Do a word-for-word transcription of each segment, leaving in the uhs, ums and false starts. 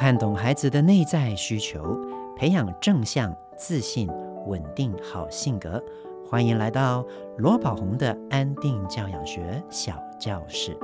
看懂孩子的内在需求，培养正向、自信、稳定好性格。欢迎来到罗宝红的安定教养学小教室。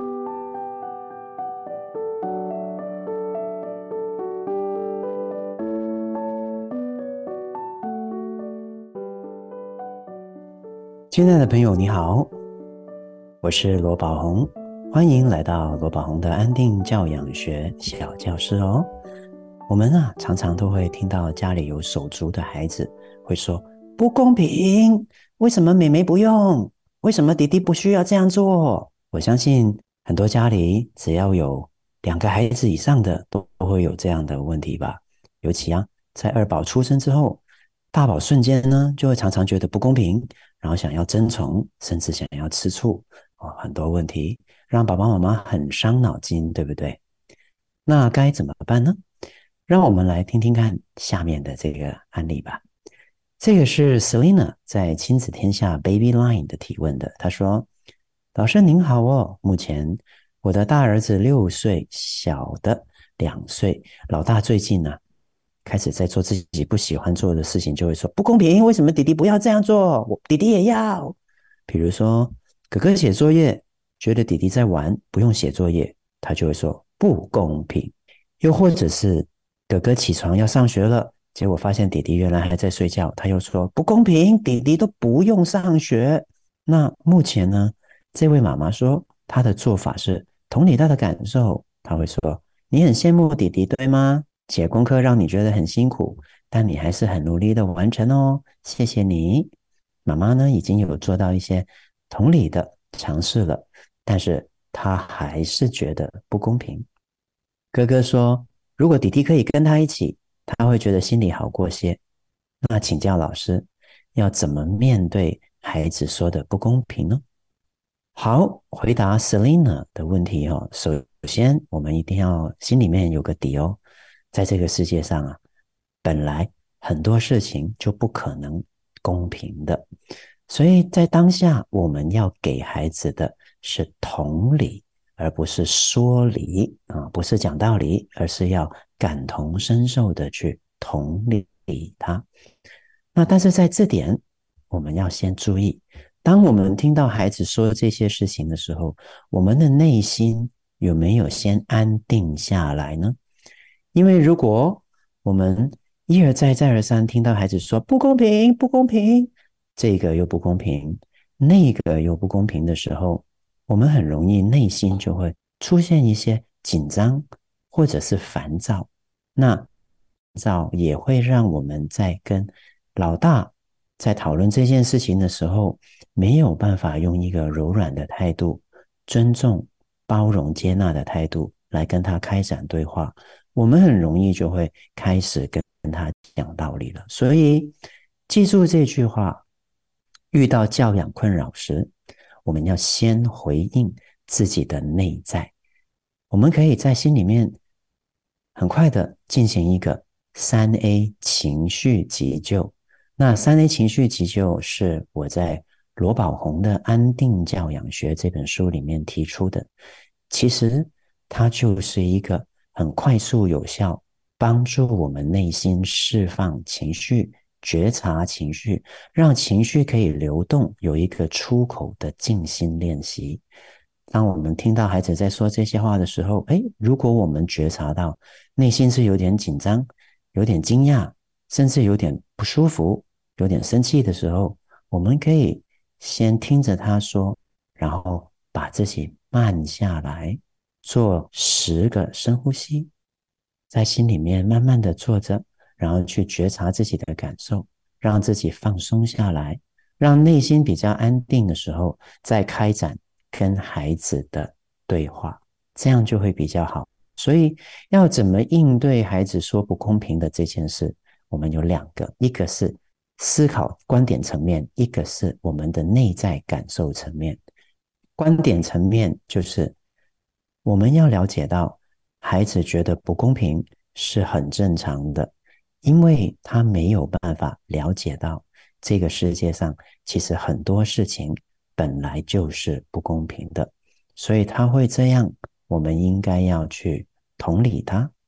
亲爱的朋友你好，我是罗宝红，欢迎来到罗宝红的安定教养学小教室哦。我们啊常常都会听到家里有手足的孩子会说不公平，为什么妹妹不用？为什么弟弟不需要这样做？我相信很多家里只要有两个孩子以上的都会有这样的问题吧。尤其啊在二宝出生之后，大宝瞬间呢就会常常觉得不公平，然后想要争宠，甚至想要吃醋、哦、很多问题让爸爸妈妈很伤脑筋，对不对？那该怎么办呢？让我们来听听看下面的这个案例吧。这个是 Selina 在亲子天下 Baby Line 的提问的。她说，老师您好哦，目前我的大儿子六岁，小的两岁，老大最近呢、啊、开始在做自己不喜欢做的事情，就会说不公平，为什么弟弟不要这样做？我弟弟也要。比如说哥哥写作业，觉得弟弟在玩，不用写作业，他就会说不公平。又或者是哥哥起床要上学了，结果发现弟弟原来还在睡觉，他又说不公平，弟弟都不用上学。那目前呢，这位妈妈说她的做法是同理他的感受，她会说你很羡慕弟弟对吗？写功课让你觉得很辛苦，但你还是很努力的完成哦，谢谢你。妈妈呢已经有做到一些同理的尝试了，但是她还是觉得不公平。哥哥说如果弟弟可以跟他一起，他会觉得心里好过些。那请教老师，要怎么面对孩子说的不公平呢？好，回答 Selina 的问题哦。首先，我们一定要心里面有个底哦，在这个世界上啊，本来很多事情就不可能公平的，所以在当下我们要给孩子的是同理，而不是说理啊，不是讲道理，而是要感同身受的去同理他。那但是在这点，我们要先注意，当我们听到孩子说这些事情的时候，我们的内心有没有先安定下来呢？因为如果我们一而再再而三听到孩子说不公平不公平，这个又不公平，那个又不公平的时候，我们很容易内心就会出现一些紧张或者是烦躁。那烦躁也会让我们在跟老大在讨论这件事情的时候，没有办法用一个柔软的态度、尊重、包容、接纳的态度来跟他开展对话，我们很容易就会开始跟他讲道理了。所以记住这句话，遇到教养困扰时，我们要先回应自己的内在。我们可以在心里面很快的进行一个三 A 情绪急救。那三 A 情绪急救是我在罗宝红的《安定教养学》这本书里面提出的，其实它就是一个很快速有效帮助我们内心释放情绪、觉察情绪，让情绪可以流动，有一个出口的静心练习。当我们听到孩子在说这些话的时候，诶，如果我们觉察到内心是有点紧张、有点惊讶，甚至有点不舒服、有点生气的时候，我们可以先听着他说，然后把自己慢下来，做十个深呼吸，在心里面慢慢的坐着，然后去觉察自己的感受，让自己放松下来，让内心比较安定的时候，再开展跟孩子的对话，这样就会比较好。所以要怎么应对孩子说不公平的这件事，我们有两个，一个是思考观点层面，一个是我们的内在感受层面。观点层面就是我们要了解到孩子觉得不公平是很正常的，因为他没有办法了解到这个世界上其实很多事情本来就是不公平的，所以他会这样，我们应该要去同理他，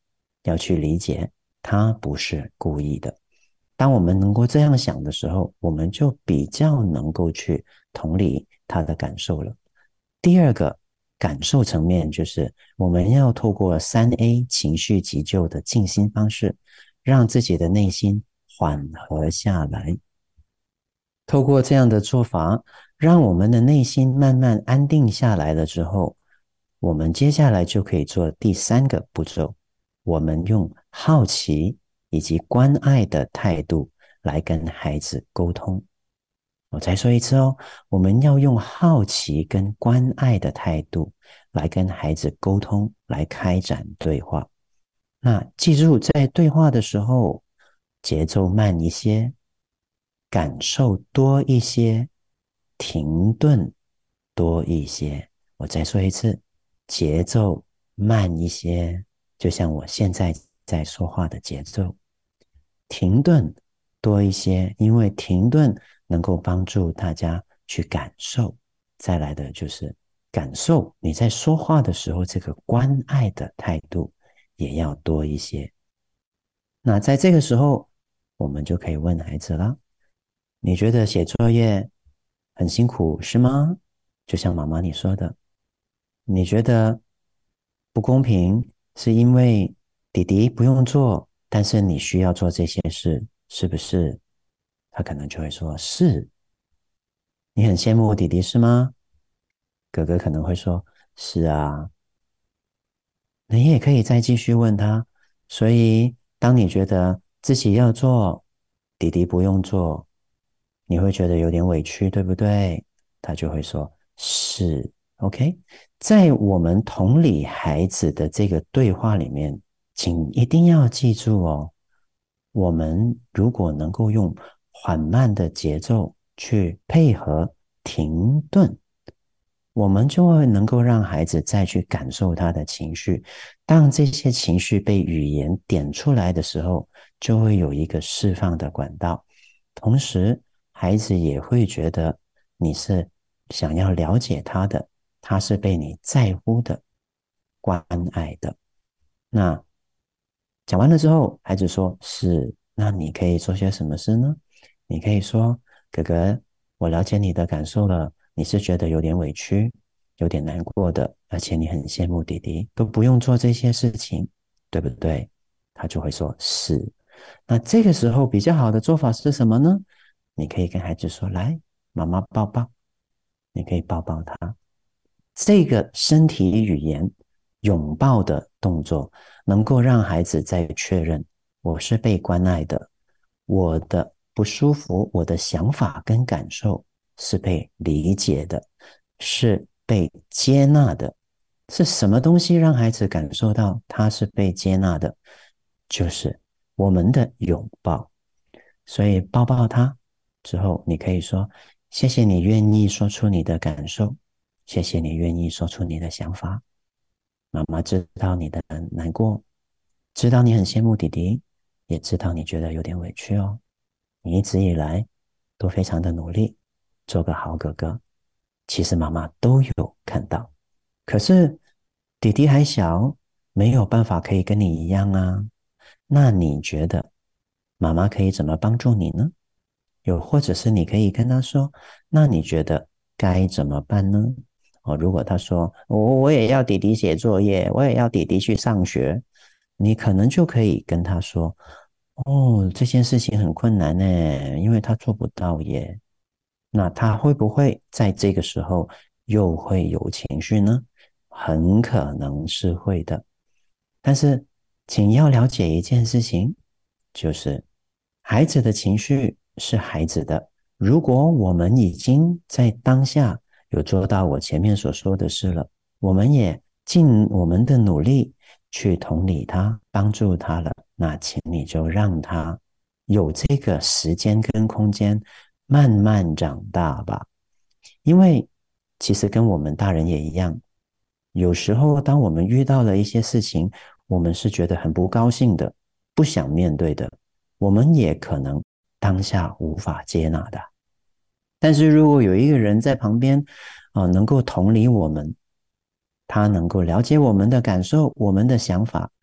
要去理解他不是故意的。当我们能够这样想的时候，我们就比较能够去同理他的感受了。第二个感受层面，就是我们要透过三 A 情绪急救的静心方式，让自己的内心缓和下来。透过这样的做法，让我们的内心慢慢安定下来了之后，我们接下来就可以做第三个步骤，我们用好奇以及关爱的态度来跟孩子沟通。我再说一次哦，我们要用好奇跟关爱的态度来跟孩子沟通，来开展对话。那记住，在对话的时候，节奏慢一些，感受多一些，停顿多一些。我再说一次，节奏慢一些，就像我现在在说话的节奏。停顿多一些，因为停顿能够帮助大家去感受。再来的就是感受你在说话的时候，这个关爱的态度也要多一些。那在这个时候，我们就可以问孩子了，你觉得写作业很辛苦是吗？就像妈妈你说的，你觉得不公平是因为弟弟不用做，但是你需要做这些事，是不是？他可能就会说是。你很羡慕我弟弟是吗？哥哥可能会说是啊。你也可以再继续问他，所以当你觉得自己要做，弟弟不用做，你会觉得有点委屈，对不对？他就会说是 OK。在我们同理孩子的这个对话里面，请一定要记住哦，我们如果能够用缓慢的节奏去配合停顿，我们就会能够让孩子再去感受他的情绪。当这些情绪被语言点出来的时候，就会有一个释放的管道。同时，孩子也会觉得你是想要了解他的，他是被你在乎的、关爱的。那讲完了之后，孩子说是，那你可以做些什么事呢？你可以说，哥哥，我了解你的感受了，你是觉得有点委屈，有点难过的，而且你很羡慕弟弟，都不用做这些事情，对不对？他就会说是。那这个时候比较好的做法是什么呢？你可以跟孩子说，来，妈妈抱抱，你可以抱抱他。这个身体语言拥抱的动作，能够让孩子再确认我是被关爱的，我的不舒服，我的想法跟感受是被理解的，是被接纳的。是什么东西让孩子感受到他是被接纳的？就是我们的拥抱。所以抱抱他之后，你可以说：谢谢你愿意说出你的感受，谢谢你愿意说出你的想法。妈妈知道你的难过，知道你很羡慕弟弟，也知道你觉得有点委屈哦。你一直以来都非常的努力，做个好哥哥。其实妈妈都有看到，可是弟弟还小，没有办法可以跟你一样啊。那你觉得妈妈可以怎么帮助你呢？又或者是你可以跟他说，那你觉得该怎么办呢？哦，如果他说我我也要弟弟写作业，我也要弟弟去上学，你可能就可以跟他说，哦，这件事情很困难呢，因为他做不到耶。那他会不会在这个时候又会有情绪呢？很可能是会的。但是，请要了解一件事情，就是孩子的情绪是孩子的。如果我们已经在当下有做到我前面所说的事了，我们也尽我们的努力去同理他，帮助他了，那请你就让他有这个时间跟空间慢慢长大吧。因为其实跟我们大人也一样，有时候当我们遇到了一些事情，我们是觉得很不高兴的，不想面对的，我们也可能当下无法接纳的。但是如果有一个人在旁边，啊、呃，能够同理我们，他能够了解我们的感受、我们的想法，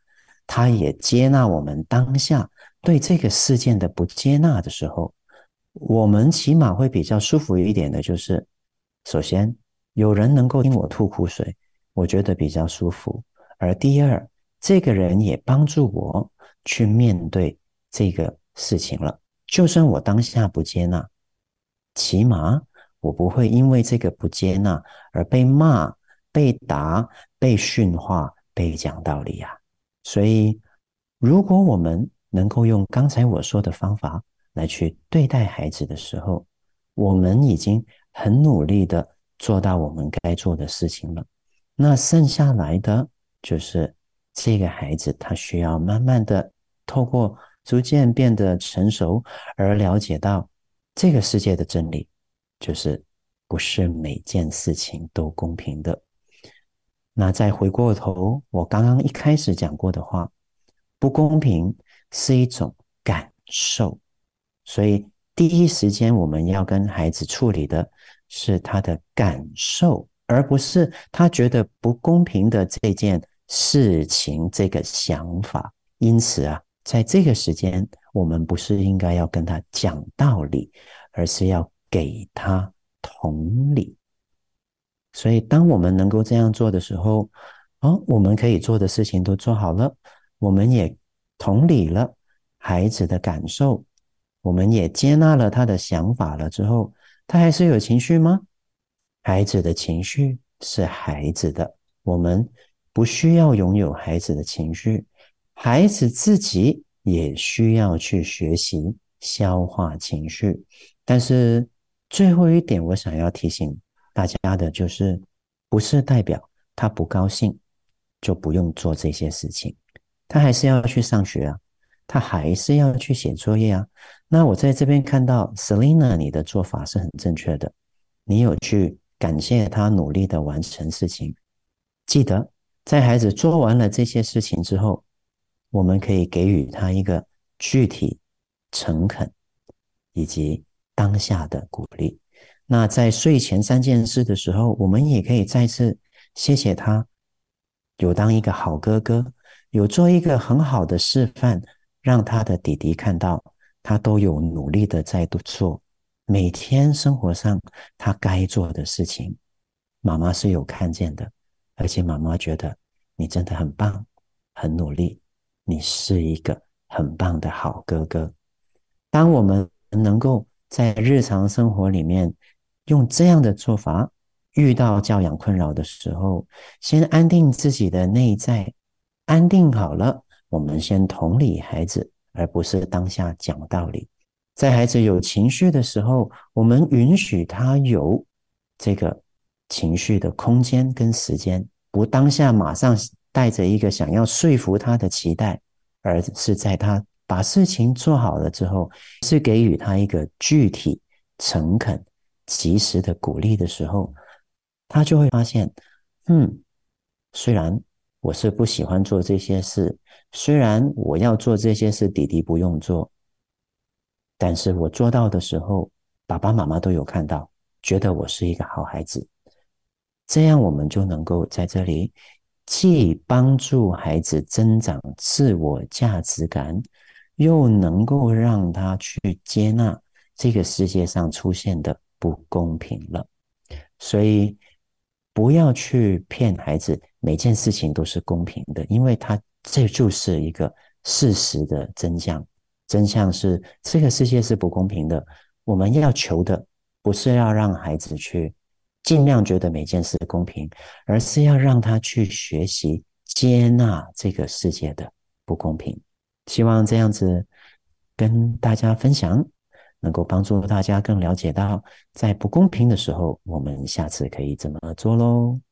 他也接纳我们当下对这个事件的不接纳的时候，我们起码会比较舒服一点的，就是首先有人能够听我吐苦水，我觉得比较舒服。而第二，这个人也帮助我去面对这个事情了。就算我当下不接纳，起码我不会因为这个不接纳而被骂、被打、被训话、被讲道理啊。所以，如果我们能够用刚才我说的方法来去对待孩子的时候，我们已经很努力的做到我们该做的事情了。那剩下来的就是这个孩子他需要慢慢的透过逐渐变得成熟而了解到这个世界的真理，就是不是每件事情都公平的。那再回过头，我刚刚一开始讲过的话，不公平是一种感受，所以第一时间我们要跟孩子处理的是他的感受，而不是他觉得不公平的这件事情，这个想法。因此啊，在这个时间，我们不是应该要跟他讲道理，而是要给他同理。所以当我们能够这样做的时候，哦，我们可以做的事情都做好了，我们也同理了孩子的感受，我们也接纳了他的想法了之后，他还是有情绪吗？孩子的情绪是孩子的，我们不需要拥有孩子的情绪，孩子自己也需要去学习消化情绪。但是最后一点我想要提醒大家的就是，不是代表他不高兴就不用做这些事情，他还是要去上学啊，他还是要去写作业啊。那我在这边看到 Selina 你的做法是很正确的，你有去感谢他努力的完成事情。记得在孩子做完了这些事情之后，我们可以给予他一个具体、诚恳以及当下的鼓励。那在睡前三件事的时候，我们也可以再次谢谢他有当一个好哥哥，有做一个很好的示范，让他的弟弟看到他都有努力的在做每天生活上他该做的事情，妈妈是有看见的，而且妈妈觉得你真的很棒，很努力，你是一个很棒的好哥哥。当我们能够在日常生活里面用这样的做法，遇到教养困扰的时候，先安定自己的内在，安定好了，我们先同理孩子，而不是当下讲道理。在孩子有情绪的时候，我们允许他有这个情绪的空间跟时间，不当下马上带着一个想要说服他的期待，而是在他把事情做好了之后，是给予他一个具体、诚恳、及时的鼓励的时候，他就会发现，嗯，虽然我是不喜欢做这些事，虽然我要做这些事，弟弟不用做，但是我做到的时候，爸爸妈妈都有看到，觉得我是一个好孩子。这样我们就能够在这里既帮助孩子增长自我价值感，又能够让他去接纳这个世界上出现的不公平了。所以不要去骗孩子每件事情都是公平的，因为他这就是一个事实的真相。真相是这个世界是不公平的，我们要求的不是要让孩子去尽量觉得每件事公平，而是要让他去学习接纳这个世界的不公平。希望这样子跟大家分享，能够帮助大家更了解到在不公平的时候，我们下次可以怎么做咯。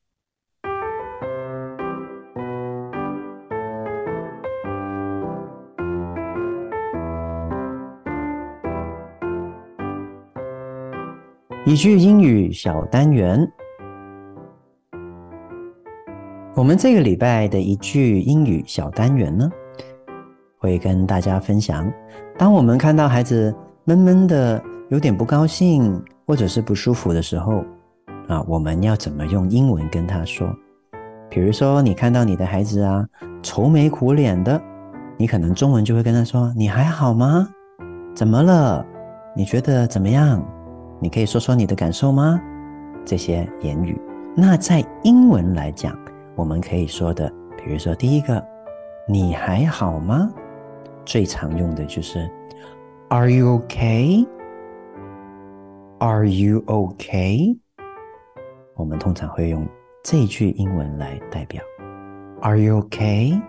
一句英语小单元，我们这个礼拜的一句英语小单元呢，会跟大家分享，当我们看到孩子闷闷的有点不高兴或者是不舒服的时候啊，我们要怎么用英文跟他说。 比如说你看到你的孩子啊愁眉苦脸的，你可能中文就会跟他说，你还好吗？怎么了？你觉得怎么样？你可以说说你的感受吗？这些言语。那在英文来讲，我们可以说的，比如说第一个，你还好吗？最常用的就是 Are you okay? Are you okay? 我们通常会用这句英文来代表 Are you okay?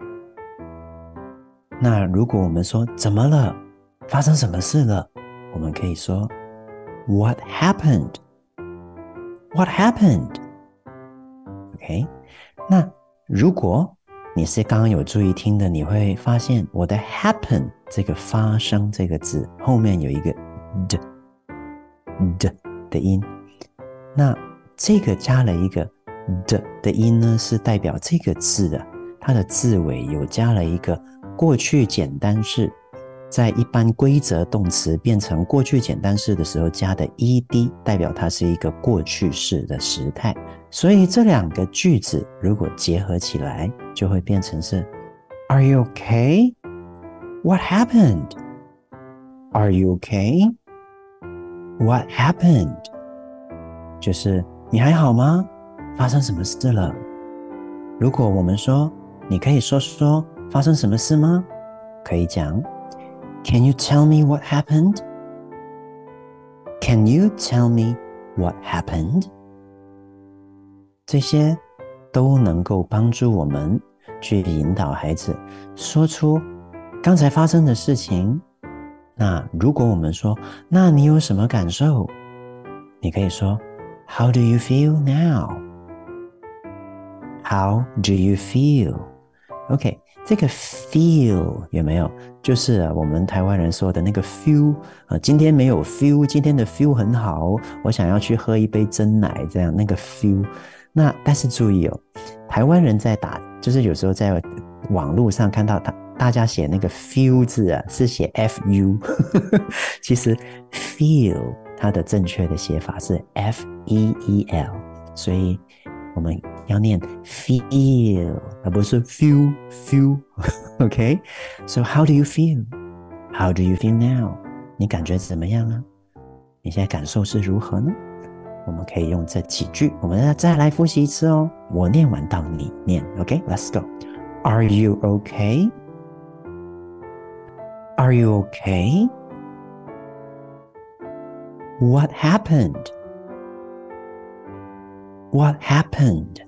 那如果我们说怎么了？发生什么事了？我们可以说 What happened? What happened? OK? 那如果你是刚刚有注意听的，你会发现我的 happen 这个发生这个字后面有一个 d d 的音，那这个加了一个 d 的音呢，是代表这个字的它的字尾有加了一个过去简单式，在一般规则动词变成过去简单式的时候加的 ed， 代表它是一个过去式的时态。所以这两个句子如果结合起来，就会变成是 Are you okay? What happened? Are you okay? What happened? 就是你还好吗？发生什么事了？如果我们说你可以说说发生什么事吗？可以讲 Can you tell me what happened? Can you tell me what happened? 这些都能够帮助我们去引导孩子说出刚才发生的事情。那如果我们说，那你有什么感受？你可以说 How do you feel now? How do you feel? OK， 这个 feel 有没有？就是我们台湾人说的那个 feel、呃、今天没有 feel， 今天的 feel 很好，我想要去喝一杯真奶，这样那个 feel。那但是注意哦，台湾人在打，就是有时候在网络上看到他大家写那个 feel 字啊，是写 F U， 其实 feel 它的正确的写法是 F E E L， 所以我们要念 feel， 而不是 feel feel。OK， so how do you feel? How do you feel now? 你感觉怎么样啊？你现在感受是如何呢？我们可以用这几句，我们再来复习一次哦。我念完到你念 OK， let's go. Are you okay? Are you okay? What happened? What happened?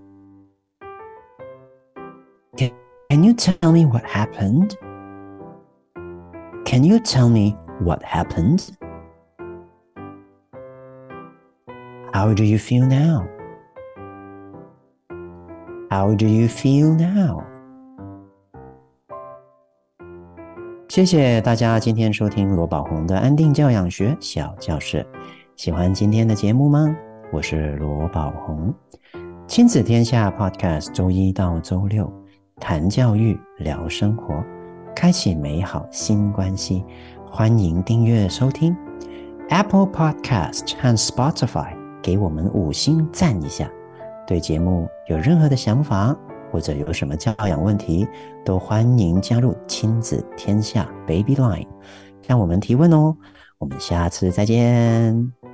Can, can you tell me what happened? Can you tell me what happened? How do you feel now? How do you feel now? 谢谢大家今天收听罗宝红的安定教养学小教室。喜欢今天的节目吗？我是罗宝红。亲子天下 Podcast 周一到周六谈教育聊生活，开启美好新关系。欢迎订阅收听 Apple Podcast 和 Spotify， 给我们五星赞一下。对节目有任何的想法或者有什么教养问题，都欢迎加入亲子天下 Baby Line 向我们提问哦。我们下次再见。